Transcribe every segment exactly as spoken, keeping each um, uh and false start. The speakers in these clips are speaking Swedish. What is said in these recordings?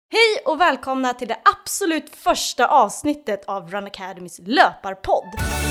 Hej och välkomna till det absolut första avsnittet av Run Academys löparpodd.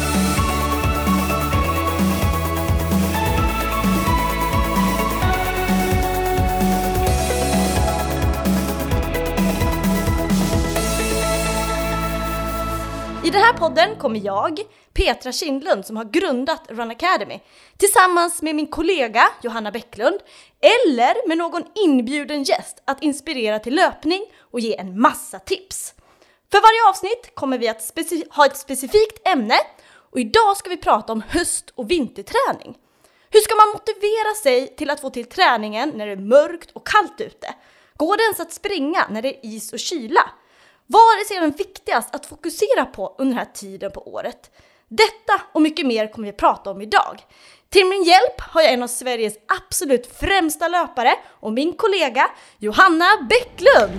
I den här podden kommer jag, Petra Kindlund, som har grundat Run Academy, tillsammans med min kollega Johanna Bäcklund eller med någon inbjuden gäst att inspirera till löpning och ge en massa tips. För varje avsnitt kommer vi att speci- ha ett specifikt ämne och idag ska vi prata om höst- och vinterträning. Hur ska man motivera sig till att få till träningen när det är mörkt och kallt ute? Går det ens att springa när det är is och kyla? Vad är sedan viktigast att fokusera på under den här tiden på året? Detta och mycket mer kommer vi att prata om idag. Till min hjälp har jag en av Sveriges absolut främsta löpare och min kollega Johanna Bäcklund.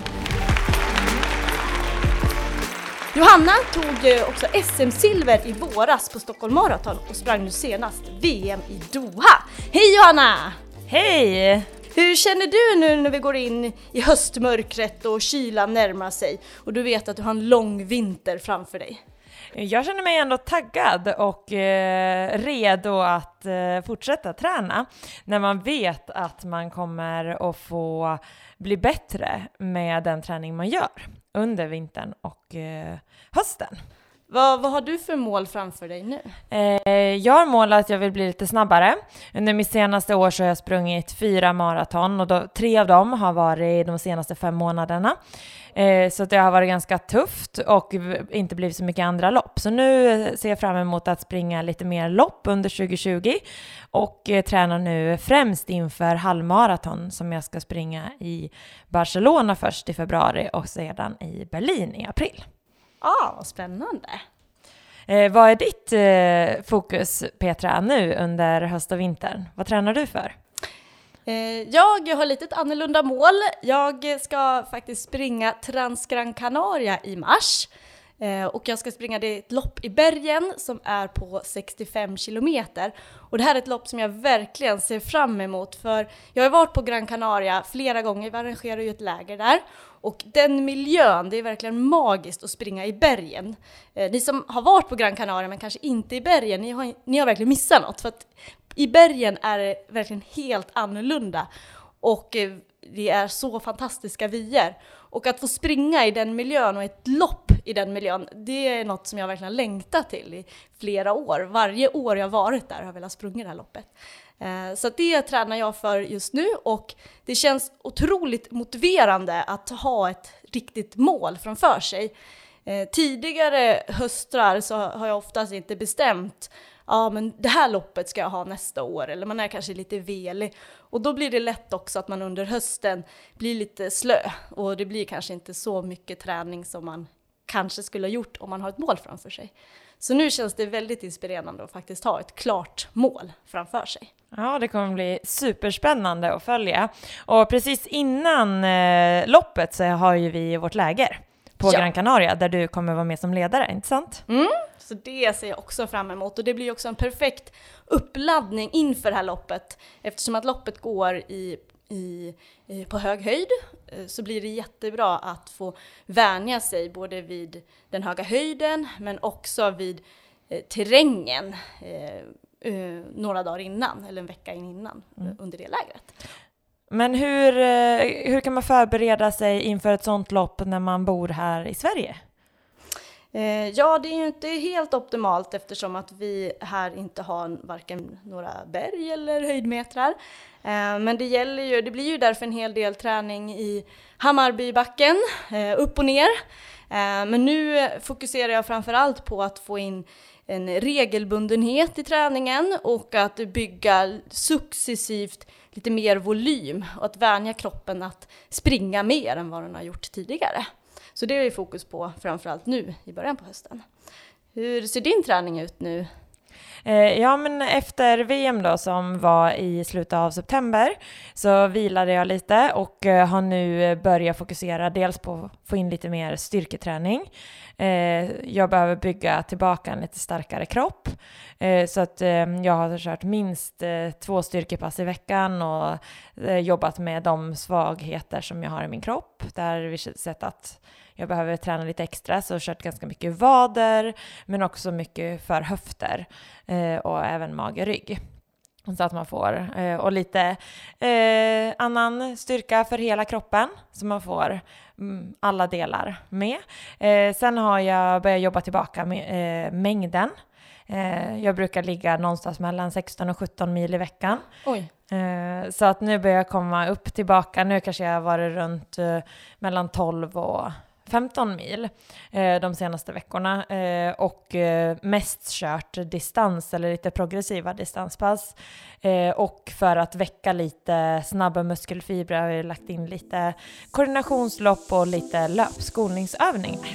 Johanna tog också S M-silver i våras på Stockholm Marathon och sprang nu senast V M i Doha. Hej Johanna! Hej! Hur känner du nu när vi går in i höstmörkret och kylan närmar sig och du vet att du har en lång vinter framför dig? Jag känner mig ändå taggad och eh, redo att eh, fortsätta träna när man vet att man kommer att få bli bättre med den träning man gör under vintern och eh, hösten. Vad, vad har du för mål framför dig nu? Eh, jag har mål att jag vill bli lite snabbare. Under mitt senaste år så har jag sprungit fyra maraton och då, tre av dem har varit de senaste fem månaderna. Eh, så det har varit ganska tufft och inte blivit så mycket andra lopp. Så nu ser jag fram emot att springa lite mer lopp under tjugo tjugo och eh, tränar nu främst inför halvmaraton som jag ska springa i Barcelona först i februari och sedan i Berlin i april. Ja, ah, vad spännande. Eh, vad är ditt eh, fokus, Petra, nu under höst och vintern? Vad tränar du för? Eh, jag har lite ett annorlunda mål. Jag ska faktiskt springa Transgran Canaria i mars. Eh, och jag ska springa det ett lopp i bergen som är på sextiofem kilometer. Och det här är ett lopp som jag verkligen ser fram emot. För jag har varit på Gran Canaria flera gånger. Vi arrangerar ju ett läger där. Och den miljön, det är verkligen magiskt att springa i bergen. Eh, ni som har varit på Gran Canaria men kanske inte i bergen, ni har, ni har verkligen missat något. För att i bergen är det verkligen helt annorlunda. Och eh, det är så fantastiska vyer. Och att få springa i den miljön och ett lopp i den miljön, det är något som jag verkligen längtat till i flera år. Varje år jag varit där har jag velat springa det här loppet. Så det tränar jag för just nu och det känns otroligt motiverande att ha ett riktigt mål framför sig. Tidigare höstrar så har jag oftast inte bestämt ja men det här loppet ska jag ha nästa år eller man är kanske lite velig och då blir det lätt också att man under hösten blir lite slö och det blir kanske inte så mycket träning som man kanske skulle ha gjort om man har ett mål framför sig. Så nu känns det väldigt inspirerande att faktiskt ha ett klart mål framför sig. Ja, det kommer bli superspännande att följa. Och precis innan eh, loppet så har ju vi vårt läger på ja. Gran Canaria där du kommer vara med som ledare, inte sant? Mm, så det ser jag också fram emot och det blir också en perfekt uppladdning inför det här loppet eftersom att loppet går i I, på hög höjd så blir det jättebra att få vänja sig både vid den höga höjden men också vid eh, terrängen eh, eh, några dagar innan eller en vecka innan mm. under det lägret. Men hur, hur kan man förbereda sig inför ett sånt lopp när man bor här i Sverige? Ja, det är ju inte helt optimalt eftersom att vi här inte har varken några berg eller höjdmetrar. Men det gäller ju, det blir ju därför en hel del träning i Hammarbybacken, upp och ner. Men nu fokuserar jag framförallt på att få in en regelbundenhet i träningen och att bygga successivt lite mer volym och att vänja kroppen att springa mer än vad den har gjort tidigare. Så det är vi fokus på framförallt nu i början på hösten. Hur ser din träning ut nu? Ja, men efter V M då som var i slutet av september så vilade jag lite och har nu börjat fokusera dels på att få in lite mer styrketräning. Jag behöver bygga tillbaka en lite starkare kropp så att jag har kört minst två styrkepass i veckan och jobbat med de svagheter som jag har i min kropp. Där vi sett att jag behöver träna lite extra, så jag har kört ganska mycket vader men också mycket för höfter eh, och även mage-rygg. Så att man får, eh, och lite eh, annan styrka för hela kroppen så man får mm, alla delar med. Eh, sen har jag börjat jobba tillbaka med eh, mängden. Eh, jag brukar ligga någonstans mellan sexton och sjutton mil i veckan. Oj. Eh, så att nu börjar jag komma upp tillbaka. Nu kanske jag har varit runt eh, mellan tolv och femton mil eh, de senaste veckorna eh, och eh, mest kört distans eller lite progressiva distanspass eh, och för att väcka lite snabba muskelfibrer har jag lagt in lite koordinationslopp och lite löpskolningsövningar.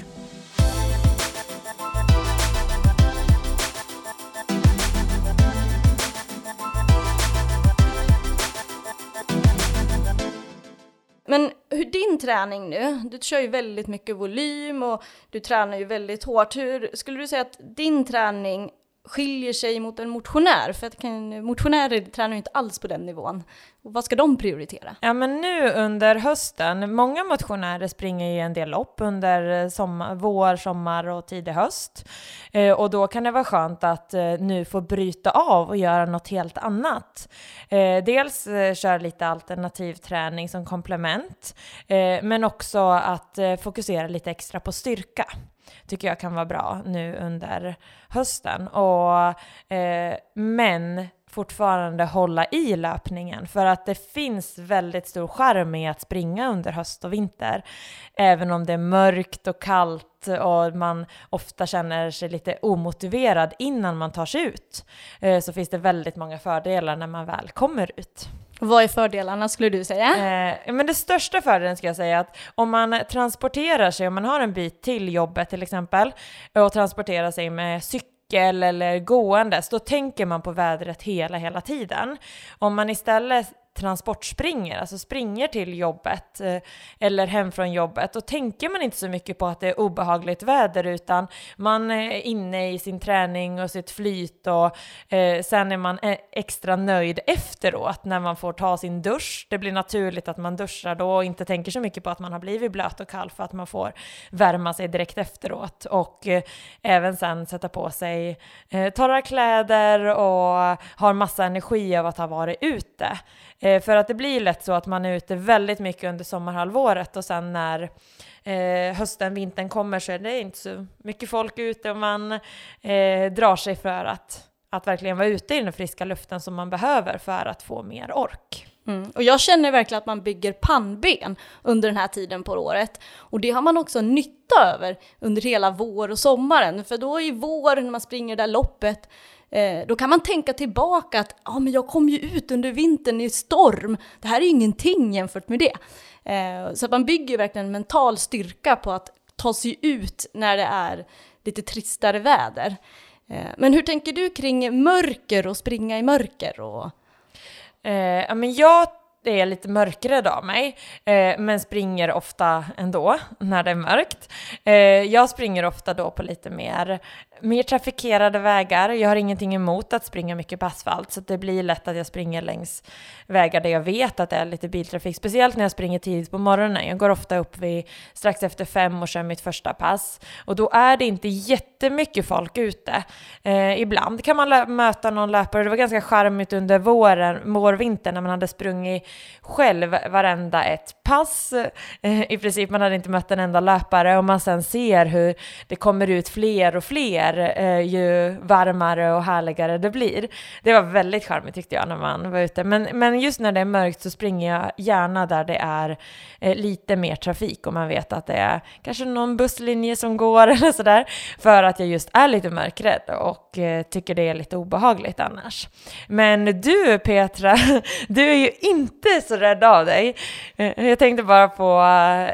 Men hur din träning nu, du kör ju väldigt mycket volym och du tränar ju väldigt hårt. Hur skulle du säga att din träning skiljer sig mot en motionär? För att kan, motionärer tränar ju inte alls på den nivån. Och vad ska de prioritera? Ja, men nu under hösten, många motionärer springer ju en del lopp under sommar, vår, sommar och tidig höst. Eh, och då kan det vara skönt att eh, nu få bryta av och göra något helt annat. Eh, dels eh, köra lite alternativ träning som komplement, eh, men också att eh, fokusera lite extra på styrka. Tycker jag kan vara bra nu under hösten. Och, eh, men fortfarande hålla i löpningen, för att det finns väldigt stor charm i att springa under höst och vinter. Även om det är mörkt och kallt och man ofta känner sig lite omotiverad innan man tar sig ut, eh, så finns det väldigt många fördelar när man väl kommer ut. Vad är fördelarna skulle du säga? Eh, men det största fördelen ska jag säga att om man transporterar sig, om man har en bit till jobbet till exempel och transporterar sig med cykel eller gåendes, då tänker man på vädret hela hela tiden. Om man istället transportspringer, alltså springer till jobbet eh, eller hem från jobbet, då tänker man inte så mycket på att det är obehagligt väder, utan man är inne i sin träning och sitt flyt och eh, sen är man extra nöjd efteråt när man får ta sin dusch. Det blir naturligt att man duschar då och inte tänker så mycket på att man har blivit blöt och kall, för att man får värma sig direkt efteråt och eh, även sen sätta på sig eh, torra kläder och har massa energi av att ha varit ute. Eh, för att det blir lätt så att man är ute väldigt mycket under sommarhalvåret och sen när eh, hösten, vintern kommer så är det inte så mycket folk ute och man eh, drar sig för att, att verkligen vara ute i den friska luften som man behöver för att få mer ork. Mm. Och jag känner verkligen att man bygger pannben under den här tiden på året. Och det har man också nytta över under hela vår och sommaren. För då i vår när man springer det där loppet, eh, då kan man tänka tillbaka att ah, men jag kom ju ut under vintern i storm. Det här är ju ingenting jämfört med det. Eh, så att man bygger verkligen mental styrka på att ta sig ut när det är lite tristare väder. Eh, men hur tänker du kring mörker och springa i mörker och... Eh, ja, men jag är lite mörkrädd av mig, eh, men springer ofta ändå när det är mörkt. Eh, jag springer ofta då på lite mer, mer trafikerade vägar. Jag har ingenting emot att springa mycket på asfalt, så det blir lätt att jag springer längs vägar där jag vet att det är lite biltrafik. Speciellt när jag springer tidigt på morgonen. Jag går ofta upp vid strax efter fem och kör mitt första pass. Och då är det inte jättemycket folk ute. Eh, ibland kan man lö- möta någon löpare. Det var ganska charmigt under våren, vårvintern när man hade sprungit själv varenda ett pass. Eh, I princip man hade inte mött en enda löpare, och man sen ser hur det kommer ut fler och fler eh, ju varmare och härligare det blir. Det var väldigt charmigt tyckte jag när man var ute. Men, men just när det är mörkt så springer jag gärna där det är eh, lite mer trafik och man vet att det är kanske någon busslinje som går eller sådär, för att jag just är lite mörkrädd och eh, tycker det är lite obehagligt annars. Men du Petra, du är ju inte inte så rädd av dig. Jag tänkte bara på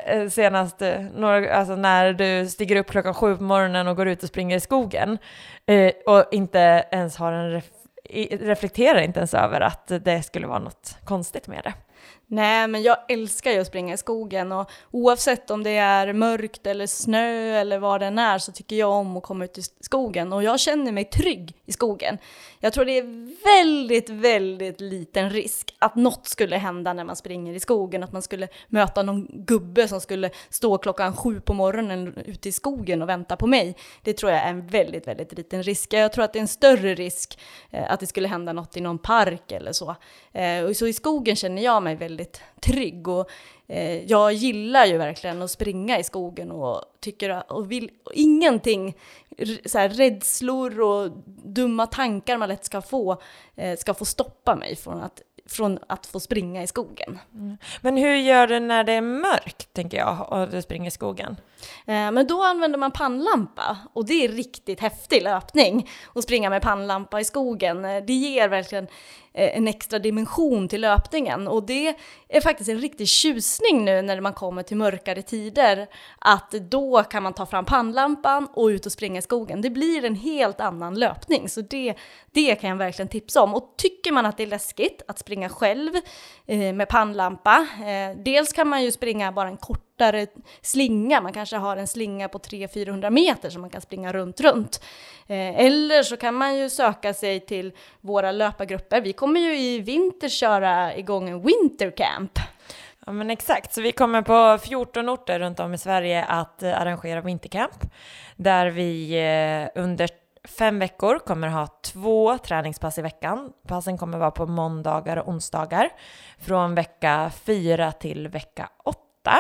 senast några, alltså när du stiger upp klockan sju på morgonen och går ut och springer i skogen och inte ens har en ref- reflekterar inte ens över att det skulle vara något konstigt med det. Nej, men jag älskar ju att springa i skogen, och oavsett om det är mörkt eller snö eller vad den är, så tycker jag om att komma ut i skogen, och jag känner mig trygg i skogen. Jag tror det är väldigt, väldigt liten risk att något skulle hända när man springer i skogen, att man skulle möta någon gubbe som skulle stå klockan sju på morgonen ute i skogen och vänta på mig. Det tror jag är en väldigt, väldigt liten risk. Jag tror att det är en större risk eh, att det skulle hända något i någon park eller så. Eh, och så i skogen känner jag mig väldigt trygg, och eh, jag gillar ju verkligen att springa i skogen, och tycker och vill och ingenting så här, rädslor och dumma tankar man lätt ska få eh, ska få stoppa mig från att från att få springa i skogen. Mm. Men hur gör du när det är mörkt, tänker jag, och du springer i skogen? Eh, men då använder man pannlampa, och det är riktigt häftig löpning att springa med pannlampa i skogen. Det ger verkligen eh, en extra dimension till löpningen, och det är faktiskt en riktig tjusning nu när man kommer till mörkare tider, att då kan man ta fram pannlampan och ut och springa i skogen. Det blir en helt annan löpning, så det, det kan jag verkligen tipsa om. Och tycker man att det är läskigt att springa själv eh, med pannlampa, eh, dels kan man ju springa bara en kortare slinga. Man kanske har en slinga på tre till fyrahundra meter som man kan springa runt runt. Eh, eller så kan man ju söka sig till våra löpargrupper. Vi kommer ju i vinter köra igång en wintercamp. Ja, men exakt. Så vi kommer på fjorton orter runt om i Sverige att eh, arrangera vintercamp, där vi eh, under fem veckor kommer ha två träningspass i veckan. Passen kommer vara på måndagar och onsdagar från vecka fyra till vecka åtta.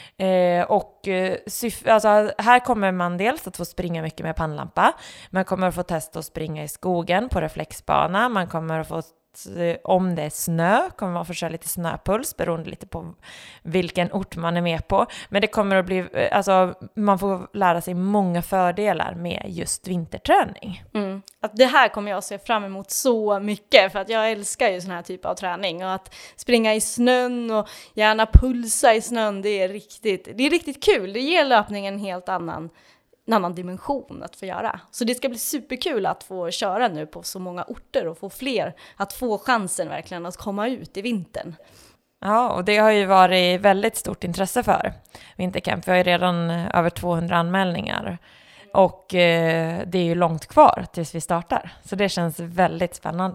Eh, och eh, syf- alltså, här kommer man dels att få springa mycket med pannlampa. Man kommer att få testa att springa i skogen på reflexbana. Man kommer att få, om det är snö, kommer man få köra lite snöpuls beroende lite på vilken ort man är med på. Men det kommer att bli, alltså, man får lära sig många fördelar med just vinterträning. Mm. Att det här kommer jag se fram emot så mycket, för att jag älskar ju sån här typ av träning, och att springa i snön och gärna pulsa i snön, det är riktigt, det är riktigt kul. Det ger löpningen en helt annan en annan dimension att få göra. Så det ska bli superkul att få köra nu på så många orter och få fler att få chansen verkligen att komma ut i vintern. Ja, och det har ju varit väldigt stort intresse för Vintercamp. Vi har ju redan över tvåhundra anmälningar, och eh, det är ju långt kvar tills vi startar. Så det känns väldigt spännande.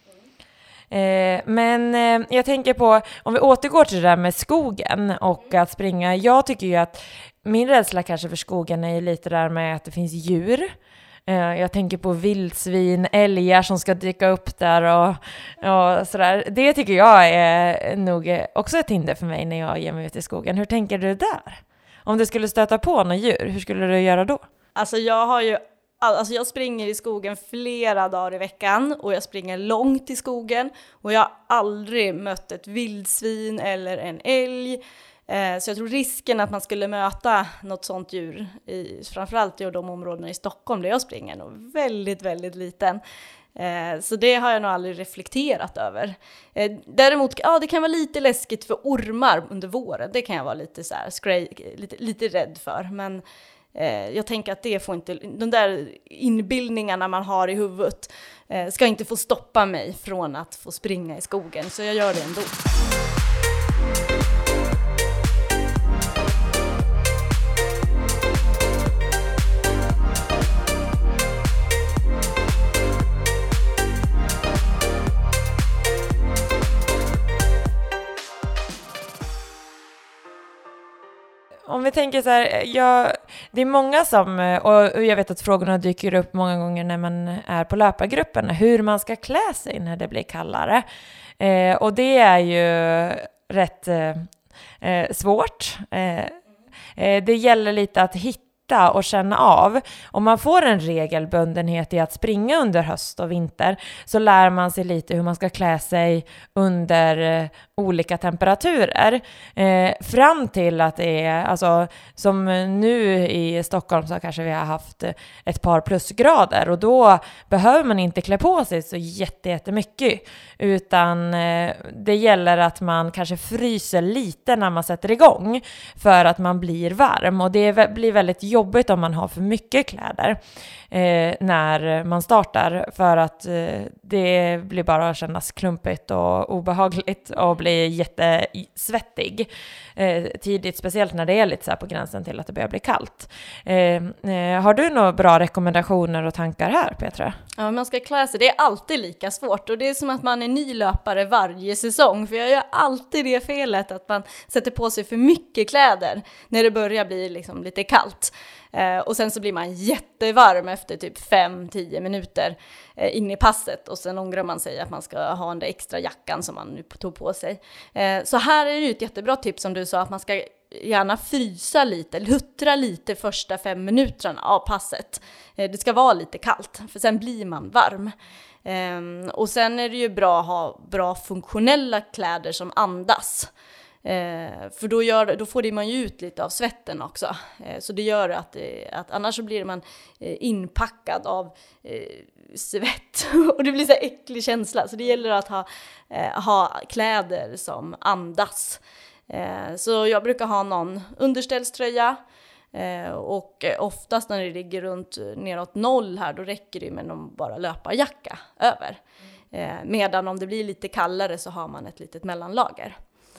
Eh, men eh, jag tänker på, om vi återgår till det där med skogen och att springa. Jag tycker ju att min rädsla kanske för skogen är lite där med att det finns djur. Eh, jag tänker på vildsvin, älgar som ska dyka upp där och, och sådär. Det tycker jag är nog också ett hinder för mig när jag ger mig ut i skogen. Hur tänker du där? Om du skulle stöta på några djur, hur skulle du göra då? Alltså jag har ju Alltså jag springer i skogen flera dagar i veckan, och jag springer långt i skogen, och jag har aldrig mött ett vildsvin eller en älg. Eh, så jag tror risken att man skulle möta något sånt djur, i, framförallt i de områdena i Stockholm där jag springer, är nog väldigt, väldigt liten. Eh, så det har jag nog aldrig reflekterat över. Eh, däremot, ja, det kan vara lite läskigt för ormar under våren. Det kan jag vara lite, så här, skrej, lite, lite rädd för, men Eh, jag tänker att det får inte, de där inbildningarna man har i huvudet eh, ska inte få stoppa mig från att få springa i skogen, så jag gör det ändå. Om vi tänker så här, jag, det är många som, och jag vet att frågorna dyker upp många gånger när man är på löpargruppen, hur man ska klä sig när det blir kallare. Eh, och det är ju rätt eh, svårt. Eh, det gäller lite att hitta sitta och känna av. Om man får en regelbundenhet i att springa under höst och vinter så lär man sig lite hur man ska klä sig under eh, olika temperaturer. Eh, fram till att det är, alltså som nu i Stockholm så kanske vi har haft ett par plusgrader och då behöver man inte klä på sig så jätte, jättemycket utan eh, det gäller att man kanske fryser lite när man sätter igång för att man blir varm och det blir väldigt jobbigt om man har för mycket kläder eh, när man startar för att eh, det blir bara att kännas klumpigt och obehagligt och bli jättesvettig eh, tidigt, speciellt när det är lite så här på gränsen till att det börjar bli kallt. Eh, eh, har du några bra rekommendationer och tankar här, Petra? Ja, man ska klä sig. Det är alltid lika svårt och det är som att man är ny löpare varje säsong, för jag gör alltid det felet att man sätter på sig för mycket kläder när det börjar bli liksom lite kallt. Eh, och sen så blir man jättevarm efter typ fem till tio minuter eh, in i passet och sen ångrar man sig att man ska ha den där extra jackan som man nu tog på sig. Eh, så här är det ju ett jättebra tips som du sa, att man ska gärna frysa lite, luttra lite första fem minuterna av passet. Eh, det ska vara lite kallt för sen blir man varm. Eh, och sen är det ju bra att ha bra funktionella kläder som andas. Eh, för då, gör, då får det man ju ut lite av svetten också. Eh, så det gör att, eh, att annars så blir man eh, inpackad av eh, svett. Och det blir så här äcklig känsla. Så det gäller att ha, eh, ha kläder som andas. Eh, så jag brukar ha någon underställströja. Eh, och oftast när det ligger runt neråt noll här, då räcker det med någon bara löparjacka över. Eh, medan om det blir lite kallare så har man ett litet mellanlager.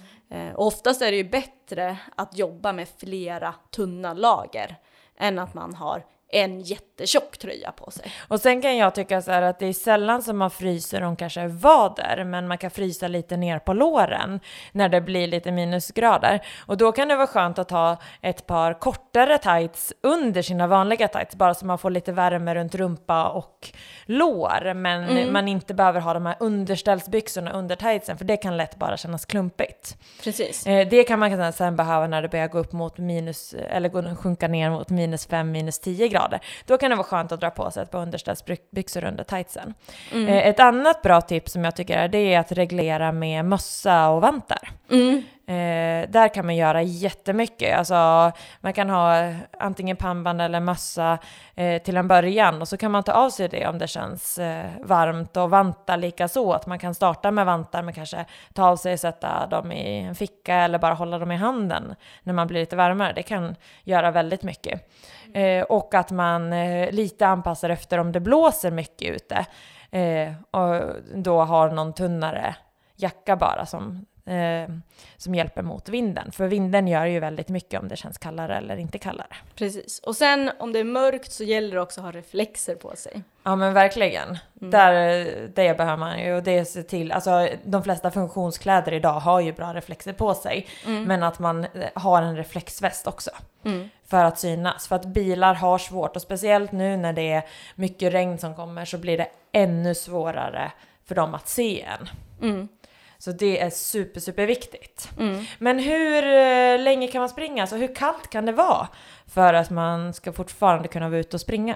Och oftast är det ju bättre att jobba med flera tunna lager än att man har en jättetjock tröja på sig. Och sen kan jag tycka så här att det är sällan som man fryser om kanske vader, men man kan frysa lite ner på låren när det blir lite minusgrader. Och då kan det vara skönt att ha ett par kortare tights under sina vanliga tights, bara så man får lite värme runt rumpa och lår, men mm. man inte behöver ha de här underställsbyxorna under tightsen, för det kan lätt bara kännas klumpigt. Precis. Det kan man sen behöva när det börjar gå upp mot minus, eller sjunka ner mot minus fem, minus tio grader. Då kan det vara skönt att dra på sig ett par underställsbyxor under tightsen. Mm. Ett annat bra tips som jag tycker är, det är att reglera med mössa och vantar. Mm. Eh, där kan man göra jättemycket. Alltså, man kan ha antingen pannband eller mössa eh, till en början, och så kan man ta av sig det om det känns eh, varmt, och vantar lika så att man kan starta med vantar men kanske ta av sig och sätta dem i en ficka eller bara hålla dem i handen när man blir lite varmare. Det kan göra väldigt mycket. Eh, och att man eh, lite anpassar efter om det blåser mycket ute eh, och då har någon tunnare jacka bara som Eh, som hjälper mot vinden. För vinden gör ju väldigt mycket om det känns kallare eller inte kallare. Precis. Och sen om det är mörkt så gäller det också att ha reflexer på sig. Ja, men verkligen. Mm. Där, det behöver man ju. Och det ser till, alltså de flesta funktionskläder idag har ju bra reflexer på sig. Mm. Men att man har en reflexväst också. Mm. För att synas. För att bilar har svårt. Och speciellt nu när det är mycket regn som kommer så blir det ännu svårare för dem att se en. Mm. Så det är super, super viktigt. Mm. Men hur länge kan man springa? Alltså hur kallt kan det vara för att man ska fortfarande kunna vara ute och springa?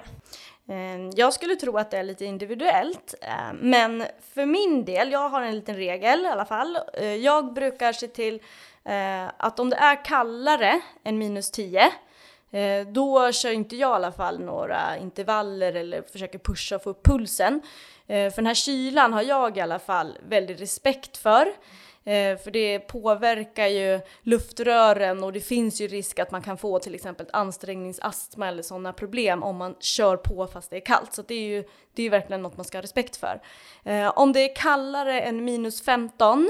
Jag skulle tro att det är lite individuellt. Men för min del, jag har en liten regel i alla fall. Jag brukar se till att om det är kallare än minus tio, då kör inte jag i alla fall några intervaller eller försöker pusha och få upp pulsen. För den här kylan har jag i alla fall väldigt respekt för. För det påverkar ju luftrören och det finns ju risk att man kan få till exempel ansträngningsastma eller sådana problem om man kör på fast det är kallt. Så det är ju det är verkligen något man ska ha respekt för. Om det är kallare än minus femton,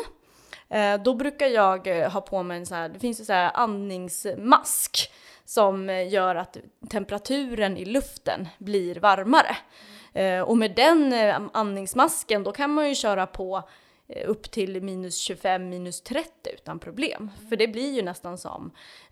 då brukar jag ha på mig en sån här, det finns ju så här andningsmask som gör att temperaturen i luften blir varmare. Och med den andningsmasken då kan man ju köra på upp till minus tjugofem, minus trettio utan problem. För det blir ju nästan som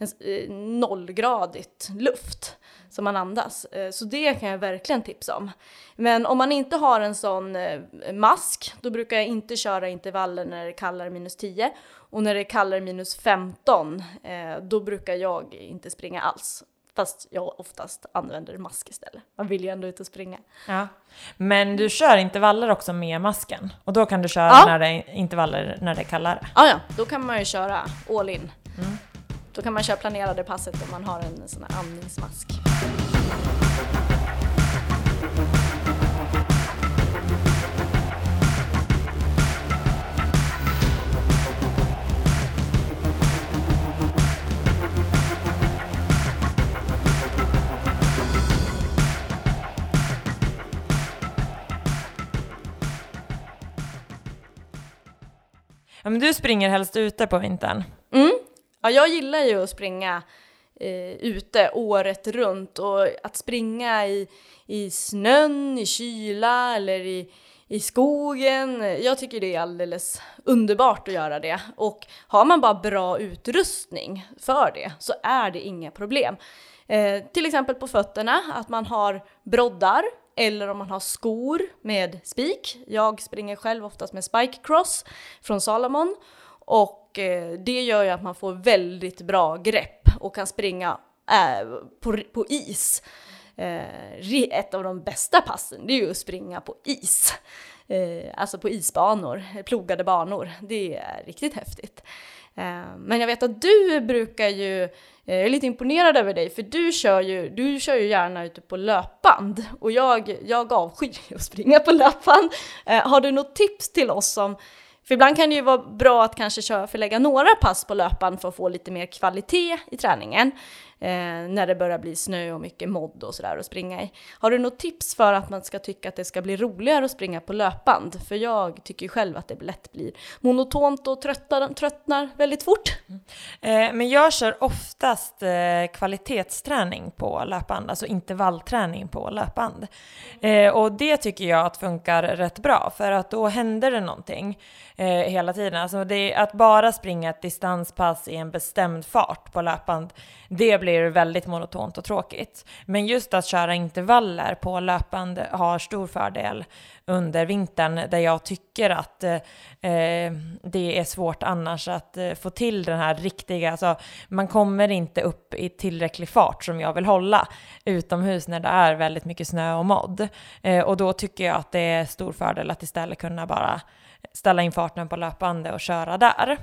en nollgradigt luft som man andas. Så det kan jag verkligen tipsa om. Men om man inte har en sån mask, då brukar jag inte köra intervaller när det är kallare minus tio. Och när det är kallare minus femton, då brukar jag inte springa alls. Fast jag oftast använder mask istället. Man vill ju ändå ut och springa. Ja. Men du kör intervaller också med masken. Och då kan du köra ja. när det är intervaller när det är kallare. Ja, ja. Då kan man ju köra all in. Mm. Då kan man köra planerade passet om man har en sån här andningsmask. Ja, men du springer helst ute på vintern. Mm. Ja, jag gillar ju att springa eh, ute året runt. Och att springa i, i snön, i kyla eller i, i skogen. Jag tycker det är alldeles underbart att göra det. Och har man bara bra utrustning för det så är det inga problem. Eh, till exempel på fötterna, att man har broddar. Eller om man har skor med spik. Jag springer själv oftast med Spike Cross från Salomon. Och eh, det gör ju att man får väldigt bra grepp och kan springa äh, på, på is. Eh, ett av de bästa passen det är ju att springa på is. Eh, alltså på isbanor, plogade banor. Det är riktigt häftigt. Eh, men jag vet att du brukar ju... Jag är lite imponerad över dig för du kör ju, du kör ju gärna ute på löpband och jag, jag avskyr att springa på löpband. Eh, har du något tips till oss om, för ibland kan det ju vara bra att kanske köra, förlägga några pass på löpband för att få lite mer kvalitet i träningen eh, när det börjar bli snö och mycket modd och sådär att springa i. Har du något tips för att man ska tycka att det ska bli roligare att springa på löpband? För jag tycker ju själv att det lätt blir monotont och tröttar, tröttnar väldigt fort. Mm. Eh, men jag kör oftast eh, kvalitetsträning på löpband, alltså intervallträning på löpband. Eh, och det tycker jag att funkar rätt bra för att då händer det någonting eh, hela tiden. Alltså det, att bara springa ett distanspass i en bestämd fart på löpband, det blir väldigt monotont och tråkigt. Men just att köra intervaller på löpband har stor fördel under vintern där jag tycker att eh, det är svårt annars att eh, få till den här riktiga, alltså man kommer inte upp i tillräcklig fart som jag vill hålla utomhus när det är väldigt mycket snö och modd. Eh, och då tycker jag att det är stor fördel att istället kunna bara ställa in farten på löpbandet och köra där.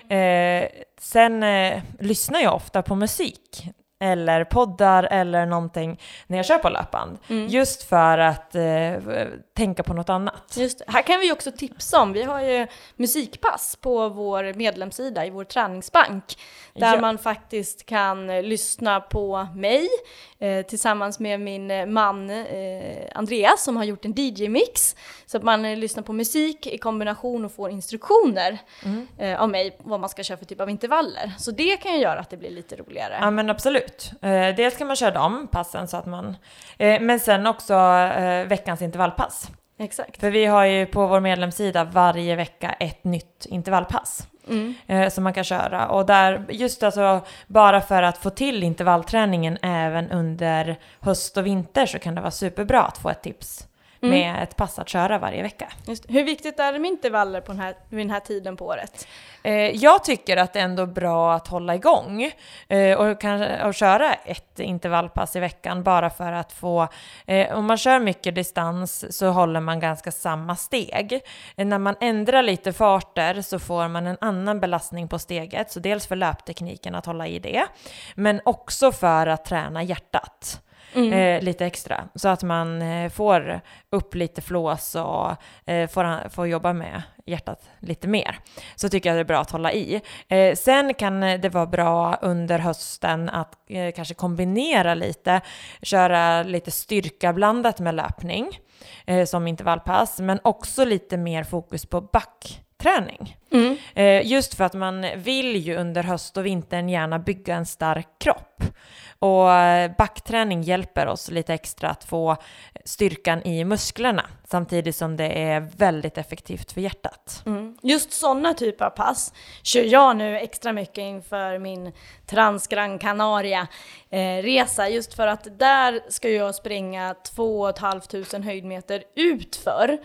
Eh, sen eh, lyssnar jag ofta på musik eller poddar eller någonting när jag kör på löpband. Mm. Just för att eh, tänka på något annat. Just det. Här kan vi också tipsa om. Vi har ju musikpass på vår medlemssida i vår träningsbank. Där ja. man faktiskt kan eh, lyssna på mig eh, tillsammans med min man eh, Andreas som har gjort en D J-mix. Så att man eh, lyssnar på musik i kombination och får instruktioner mm. eh, av mig vad man ska köra för typ av intervaller. Så det kan ju göra att det blir lite roligare. Ja men absolut. Eh, dels kan man köra de passen så att man... Eh, men sen också eh, veckans intervallpass. Exakt. För vi har ju på vår medlemssida varje vecka ett nytt intervallpass. Mm. Eh, som man kan köra. Och där just alltså bara för att få till intervallträningen även under höst och vinter så kan det vara superbra att få ett tips. Mm. Med ett pass att köra varje vecka. Just. Hur viktigt är det med intervaller på den här, vid den här tiden på året? Eh, jag tycker att det är ändå bra att hålla igång eh, och, kan, och köra ett intervallpass i veckan bara för att få, eh, om man kör mycket distans så håller man ganska samma steg. Eh, när man ändrar lite farter så får man en annan belastning på steget, så dels för löptekniken att hålla i det, men också för att träna hjärtat. Mm. Eh, lite extra så att man eh, får upp lite flås och eh, får, får jobba med hjärtat lite mer, så tycker jag det är bra att hålla i. Eh, sen kan det vara bra under hösten att eh, kanske kombinera lite, köra lite styrka blandat med löpning eh, som intervallpass, men också lite mer fokus på backträning. Mm. Eh, just för att man vill ju under höst och vintern gärna bygga en stark kropp. Och backträning hjälper oss lite extra att få styrkan i musklerna samtidigt som det är väldigt effektivt för hjärtat. Mm. Just sådana typer av pass kör jag nu extra mycket inför min Transgran Canaria eh, resa, just för att där ska jag springa två och ett halvt tusen höjdmeter utför.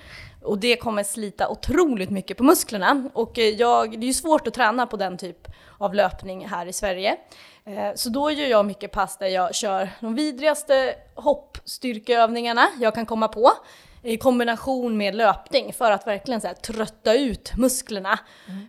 Och det kommer slita otroligt mycket på musklerna. Och jag, det är ju svårt att träna på den typ av löpning här i Sverige. Så då gör jag mycket pass där jag kör de vidrigaste hoppstyrkeövningarna jag kan komma på. I kombination med löpning för att verkligen så här trötta ut musklerna.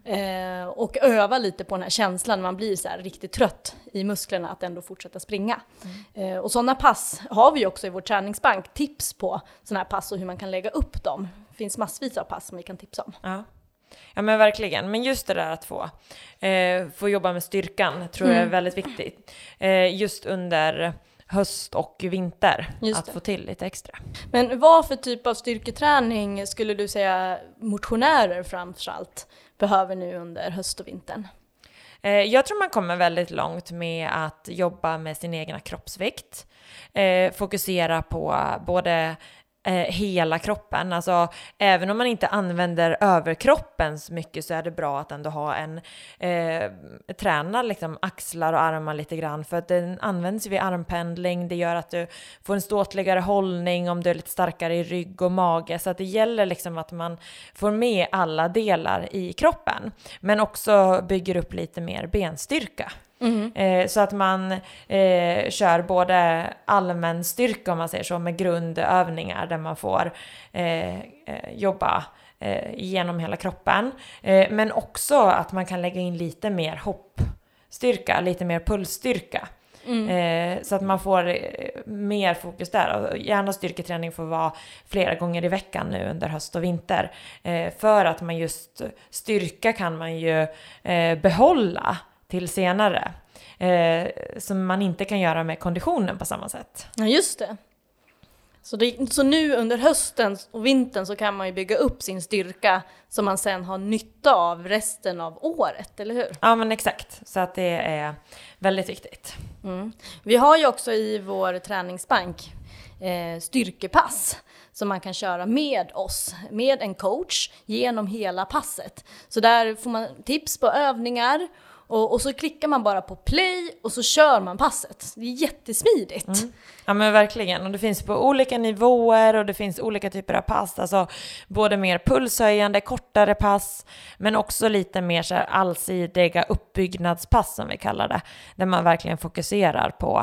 Mm. Eh, och öva lite på den här känslan när man blir så här riktigt trött i musklerna att ändå fortsätta springa. Mm. Eh, och sådana pass har vi också i vår träningsbank. Tips på sådana här pass och hur man kan lägga upp dem. Det finns massvis av pass som vi kan tipsa om. Ja. Ja men verkligen, men just det där att få, eh, få jobba med styrkan tror mm. jag är väldigt viktigt. Eh, just under höst och vinter, att få till lite extra. Men vad för typ av styrketräning skulle du säga motionärer framförallt behöver nu under höst och vintern? Eh, jag tror man kommer väldigt långt med att jobba med sin egna kroppsvikt. Eh, fokusera på både Eh, hela kroppen, alltså även om man inte använder överkroppen så mycket så är det bra att ändå ha en eh, träna liksom axlar och armar lite grann för att den används vid armpendling, det gör att du får en ståtligare hållning om du är lite starkare i rygg och mage, så att det gäller liksom att man får med alla delar i kroppen men också bygger upp lite mer benstyrka. Mm. Eh, så att man eh, kör både allmän styrka om man säger så med grundövningar där man får eh, eh, jobba eh, genom hela kroppen eh, men också att man kan lägga in lite mer hoppstyrka, lite mer pulsstyrka. Mm. Eh, så att man får eh, mer fokus där och gärna styrketräning får vara flera gånger i veckan nu under höst och vinter eh, för att man just styrka kan man ju eh, behålla till senare. Eh, som man inte kan göra med konditionen på samma sätt. Ja, just det. Så, det. så nu under hösten och vintern så kan man ju bygga upp sin styrka som man sen har nytta av resten av året, eller hur? Ja, men exakt. Så att det är väldigt viktigt. Mm. Vi har ju också i vår träningsbank eh, styrkepass som man kan köra med oss, med en coach genom hela passet. Så där får man tips på övningar. Och, och så klickar man bara på play och så kör man passet. Det är jättesmidigt. Mm. Ja men verkligen. Och det finns på olika nivåer och det finns olika typer av pass. Alltså både mer pulshöjande, kortare pass. Men också lite mer så här allsidiga uppbyggnadspass som vi kallar det. Där man verkligen fokuserar på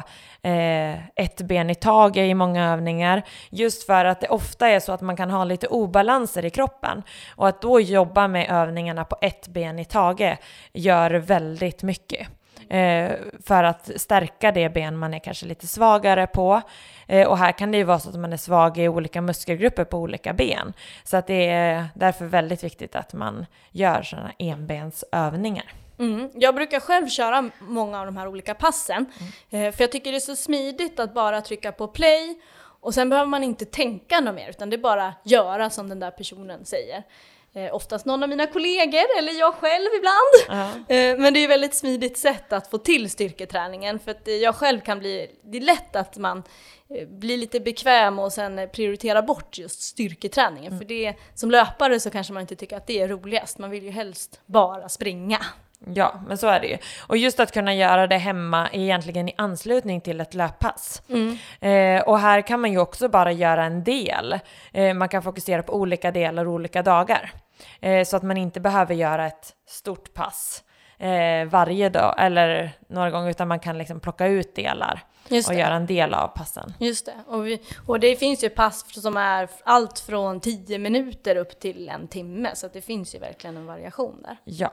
eh, ett ben i taget i många övningar. Just för att det ofta är så att man kan ha lite obalanser i kroppen. Och att då jobba med övningarna på ett ben i taget gör väldigt mycket. Eh, för att stärka det ben man är kanske lite svagare på. Eh, och här kan det ju vara så att man är svag i olika muskelgrupper på olika ben. Så att det är därför väldigt viktigt att man gör sådana enbensövningar. Mm. Jag brukar själv köra många av de här olika passen. Mm. Eh, för jag tycker det är så smidigt att bara trycka på play. Och sen behöver man inte tänka något mer utan det är bara göra som den där personen säger. Eh, oftast någon av mina kollegor eller jag själv ibland. Uh-huh. Eh, men det är ett väldigt smidigt sätt att få till styrketräningen. För att jag själv kan bli, det är lätt att man eh, blir lite bekväm och sen prioriterar bort just styrketräningen. Mm. För det, som löpare så kanske man inte tycker att det är roligast. Man vill ju helst bara springa. Ja, men så är det ju. Och just att kunna göra det hemma egentligen i anslutning till ett löppass. Mm. Eh, och här kan man ju också bara göra en del. Eh, man kan fokusera på olika delar olika dagar. Eh, så att man inte behöver göra ett stort pass eh, varje dag eller några gånger utan man kan liksom plocka ut delar och göra en del av passen. Just det. Och, vi, och det finns ju pass som är allt från tio minuter upp till en timme så att det finns ju verkligen en variation där. Ja.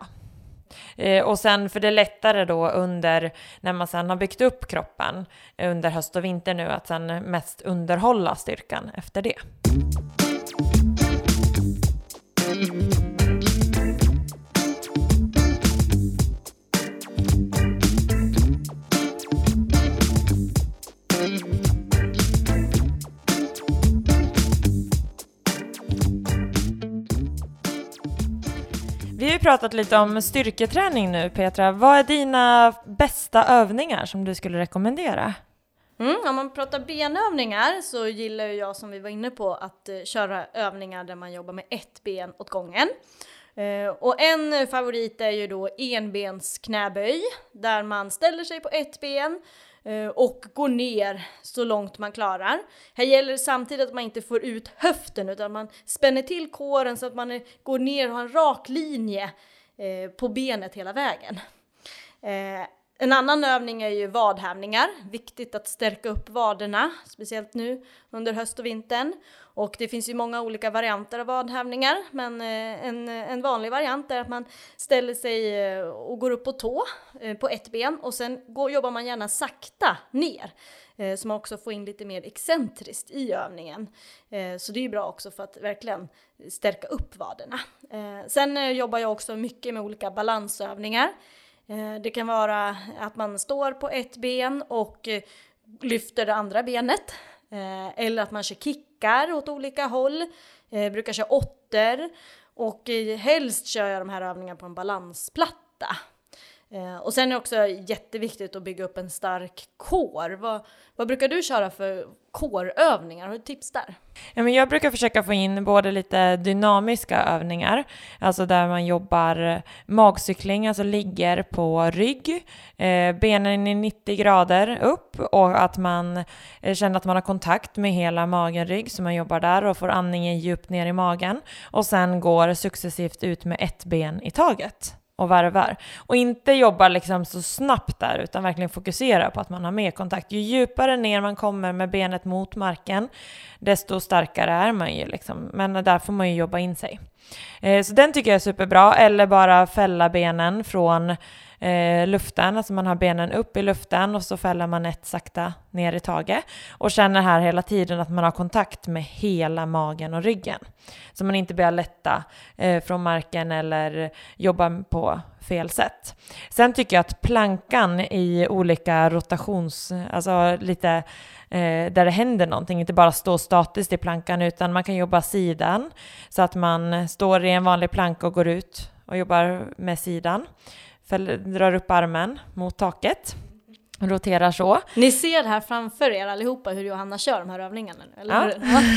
Eh, och sen för det är lättare då under när man sen har byggt upp kroppen under höst och vinter nu att sen mest underhålla styrkan efter det. Vi har ju pratat lite om styrketräning nu, Petra. Vad är dina bästa övningar som du skulle rekommendera? Mm, om man pratar benövningar så gillar jag, som vi var inne på, att uh, köra övningar där man jobbar med ett ben åt gången. Uh, och en favorit är ju då enbens knäböj, där man ställer sig på ett ben och går ner så långt man klarar. Här gäller det samtidigt att man inte får ut höften utan man spänner till kåren så att man går ner och har en rak linje på benet hela vägen. En annan övning är ju vadhävningar. Viktigt att stärka upp vaderna, speciellt nu under höst och vintern. Och det finns ju många olika varianter av vadhävningar, men en, en vanlig variant är att man ställer sig och går upp på tå på ett ben och sen går, jobbar man gärna sakta ner så man också får in lite mer excentriskt i övningen. Så det är ju bra också för att verkligen stärka upp vaderna. Sen jobbar jag också mycket med olika balansövningar. Det kan vara att man står på ett ben och lyfter det andra benet. Eller att man kör kickar åt olika håll. Brukar köra åtter. Och helst kör jag de här övningarna på en balansplatta. Och sen är det också jätteviktigt att bygga upp en stark kår. Vad, vad brukar du köra för kårövningar? Har du tips där? Ja, men jag brukar försöka få in både lite dynamiska övningar, alltså där man jobbar magcykling, alltså ligger på rygg, eh, benen i nittio grader upp och att man eh, känner att man har kontakt med hela magen, rygg, så man jobbar där och får andningen djupt ner i magen och sen går successivt ut med ett ben i taget och varvar. Och inte jobba liksom så snabbt där utan verkligen fokusera på att man har mer kontakt. Ju djupare ner man kommer med benet mot marken desto starkare är man ju liksom. Men där får man ju jobba in sig. Eh, så den tycker jag är superbra. Eller bara fälla benen från eh, luften. Alltså man har benen upp i luften och så fäller man ett sakta ner i taget. Och känner här hela tiden att man har kontakt med hela magen och ryggen. Så man inte börjar lätta eh, från marken eller jobba på fel sätt. Sen tycker jag att plankan i olika rotations, alltså lite eh, där det händer någonting, inte bara stå statiskt i plankan utan man kan jobba sidan så att man står i en vanlig planka och går ut och jobbar med sidan. Fäll, drar upp armen mot taket. Roterar så. Ni ser här framför er allihopa hur Johanna kör de här övningarna nu, eller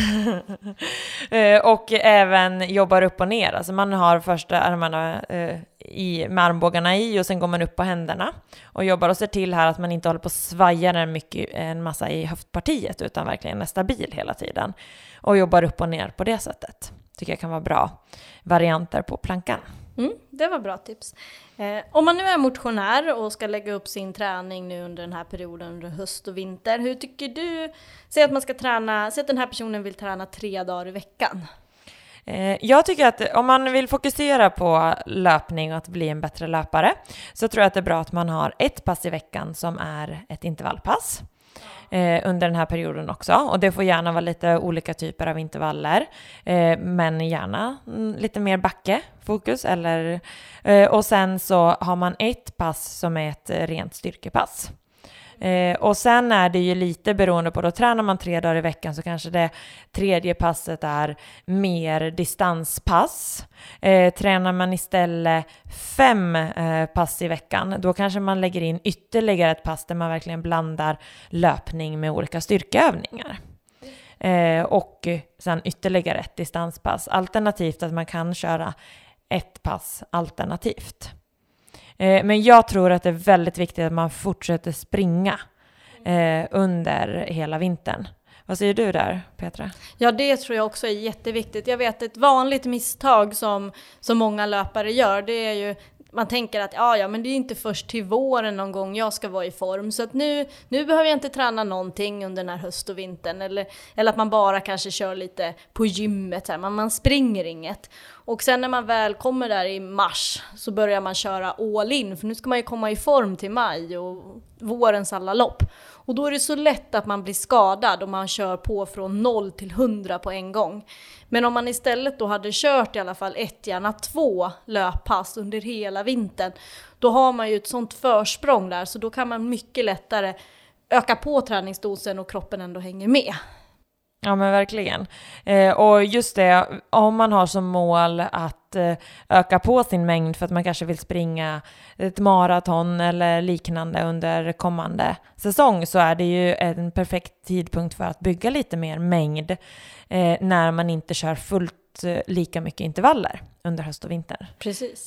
ja. Och även jobbar upp och ner. Alltså man har första armarna eh, i, med armbågarna i och sen går man upp på händerna. Och jobbar och ser till här att man inte håller på att svaja en, mycket, en massa i höftpartiet utan verkligen är stabil hela tiden. Och jobbar upp och ner på det sättet. Tycker jag kan vara bra varianter på plankan. Mm, det var bra tips. Eh, om man nu är motionär och ska lägga upp sin träning nu under den här perioden under höst och vinter, hur tycker du? Säg att man ska träna, säg att den här personen vill träna tre dagar i veckan. Eh, jag tycker att om man vill fokusera på löpning och att bli en bättre löpare så tror jag att det är bra att man har ett pass i veckan som är ett intervallpass. Eh, under den här perioden också. Och det får gärna vara lite olika typer av intervaller. Eh, men gärna mm, lite mer backe, fokus. Eller, eh, och sen så har man ett pass som är ett rent styrkepass. Eh, och sen är det ju lite beroende på, då tränar man tre dagar i veckan så kanske det tredje passet är mer distanspass. Eh, tränar man istället fem eh, pass i veckan, då kanske man lägger in ytterligare ett pass där man verkligen blandar löpning med olika styrkeövningar. Eh, och sen ytterligare ett distanspass. Alternativt att man kan köra ett pass alternativt. Men jag tror att det är väldigt viktigt att man fortsätter springa eh, under hela vintern. Vad säger du där, Petra? Ja, det tror jag också är jätteviktigt. Jag vet ett vanligt misstag som, som många löpare gör, det är ju man tänker att ja, ja, men det är inte först till våren någon gång jag ska vara i form. Så att nu, nu behöver jag inte träna någonting under den här höst och vintern. Eller, eller att man bara kanske kör lite på gymmet. Här. Man, man springer inget. Och sen när man väl kommer där i mars så börjar man köra all in. För nu ska man ju komma i form till maj och vårens alla lopp. Och då är det så lätt att man blir skadad om man kör på från noll till hundra på en gång. Men om man istället då hade kört i alla fall ett, gärna två löppass under hela vintern, då har man ju ett sånt försprång där, så då kan man mycket lättare öka på träningsdosen och kroppen ändå hänger med. Ja, men verkligen. Eh, och just det, om man har som mål att eh, öka på sin mängd för att man kanske vill springa ett maraton eller liknande under kommande säsong, så är det ju en perfekt tidpunkt för att bygga lite mer mängd eh, när man inte kör fullt eh, lika mycket intervaller under höst och vinter. Precis.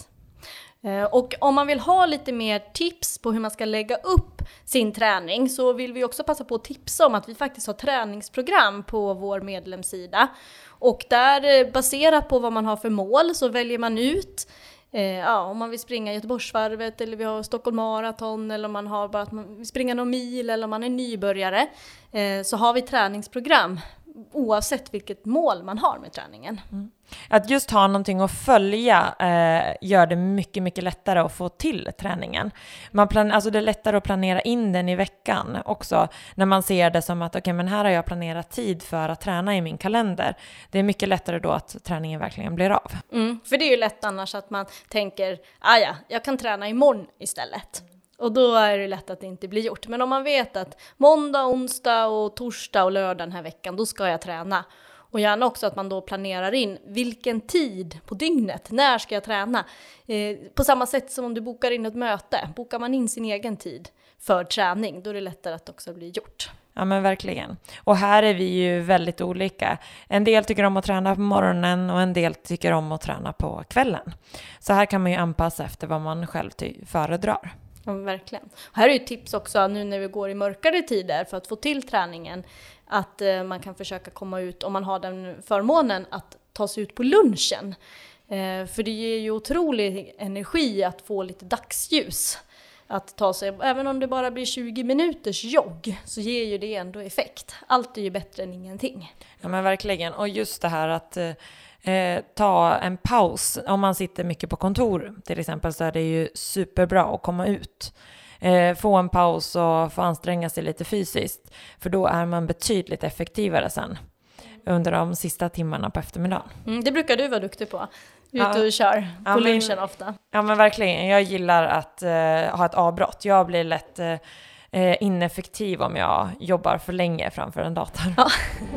Och om man vill ha lite mer tips på hur man ska lägga upp sin träning så vill vi också passa på att tipsa om att vi faktiskt har träningsprogram på vår medlemssida. Och där baserat på vad man har för mål så väljer man ut eh, ja, om man vill springa Göteborgsvarvet eller vi har Stockholm Marathon eller om man har bara att man vill springa någon mil eller om man är nybörjare eh, så har vi träningsprogram oavsett vilket mål man har med träningen. Mm. Att just ha någonting att följa eh, gör det mycket, mycket lättare att få till träningen. Man plan- alltså det är lättare att planera in den i veckan också när man ser det som att okej, men här har jag planerat tid för att träna i min kalender. Det är mycket lättare då att träningen verkligen blir av. Mm, för det är ju lätt annars att man tänker, ah ja, jag kan träna imorgon istället. Och då är det lätt att det inte blir gjort. Men om man vet att måndag, onsdag och torsdag och lördag den här veckan, då ska jag träna. Och gärna också att man då planerar in vilken tid på dygnet, när ska jag träna? Eh, på samma sätt som om du bokar in ett möte, bokar man in sin egen tid för träning, då är det lättare att också bli gjort. Ja men verkligen. Och här är vi ju väldigt olika. En del tycker om att träna på morgonen och en del tycker om att träna på kvällen. Så här kan man ju anpassa efter vad man själv ty- föredrar. Ja, verkligen. Och här är ju tips också nu när vi går i mörkare tider för att få till träningen. Att eh, man kan försöka komma ut, om man har den förmånen, att ta sig ut på lunchen. Eh, för det ger ju otrolig energi att få lite dagsljus. Att ta sig, även om det bara blir tjugo minuters jogg så ger ju det ändå effekt. Allt är ju bättre än ingenting. Ja men verkligen. Och just det här att eh, ta en paus. Om man sitter mycket på kontor till exempel så är det ju superbra att komma ut. Eh, få en paus och få anstränga sig lite fysiskt. För då är man betydligt effektivare sen under de sista timmarna på eftermiddagen. Mm, det brukar du vara duktig på. Ute Ja. och kör på Ja, men- lunchen ofta. Ja men verkligen. Jag gillar att eh, ha ett avbrott. Jag blir lätt eh, eh, ineffektiv om jag jobbar för länge framför en dator. Ja.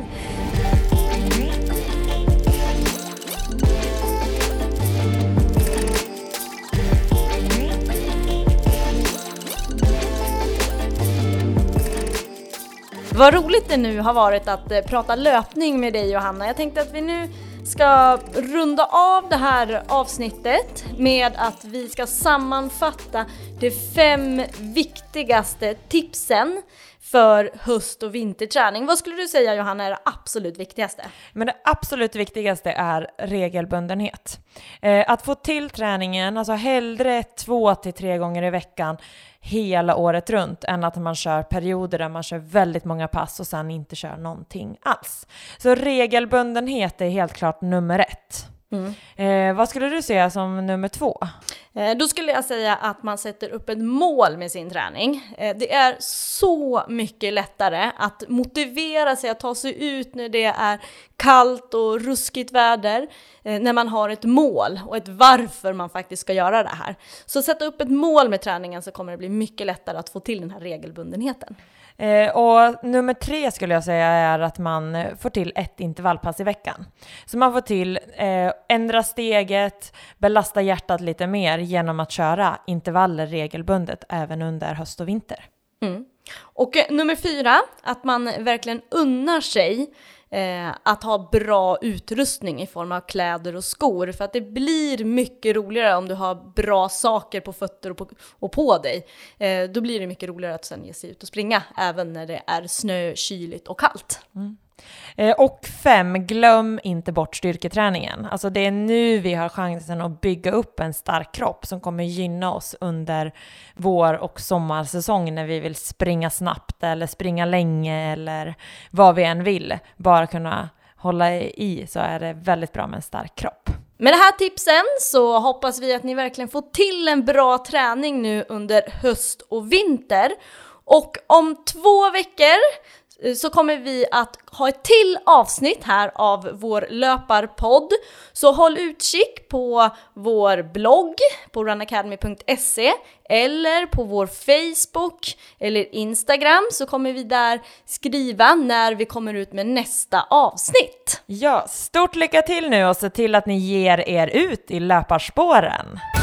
Vad roligt det nu har varit att eh, prata löpning med dig, Johanna. Jag tänkte att vi nu ska runda av det här avsnittet med att vi ska sammanfatta de fem viktigaste tipsen för höst- och vinterträning. Vad skulle du säga, Johanna, är det absolut viktigaste? Men det absolut viktigaste är regelbundenhet. Eh, att få till träningen, alltså hellre två till tre gånger i veckan hela året runt än att man kör perioder där man kör väldigt många pass och sen inte kör någonting alls. Så regelbundenhet är helt klart nummer ett. Mm. Eh, vad skulle du säga som nummer två? Eh, då skulle jag säga att man sätter upp ett mål med sin träning. Eh, det är så mycket lättare att motivera sig att ta sig ut när det är kallt och ruskigt väder. Eh, när man har ett mål och ett varför man faktiskt ska göra det här. Så sätta upp ett mål med träningen så kommer det bli mycket lättare att få till den här regelbundenheten. Eh, och nummer tre skulle jag säga är att man får till ett intervallpass i veckan. Så man får till eh, ändra steget, belasta hjärtat lite mer genom att köra intervaller regelbundet även under höst och vinter. Mm. Och eh, nummer fyra, att man verkligen unnar sig eh, att ha bra utrustning i form av kläder och skor. För att det blir mycket roligare om du har bra saker på fötter och på, och på dig. Eh, då blir det mycket roligare att sen ge sig ut och springa även när det är snö, kyligt och kallt. Mm. Eh, och fem, glöm inte bort styrketräningen. Alltså det är nu vi har chansen att bygga upp en stark kropp som kommer gynna oss under vår- och sommarsäsong när vi vill springa snabbt eller springa länge eller vad vi än vill. Bara kunna hålla i så är det väldigt bra med en stark kropp. Med de här tipsen så hoppas vi att ni verkligen får till en bra träning nu under höst och vinter. Och om två veckor så kommer vi att ha ett till avsnitt här av vår löparpodd. Så håll utkik på vår blogg på run academy punkt se eller på vår Facebook eller Instagram, så kommer vi där skriva när vi kommer ut med nästa avsnitt. Ja, stort lycka till nu och se till att ni ger er ut i löparspåren.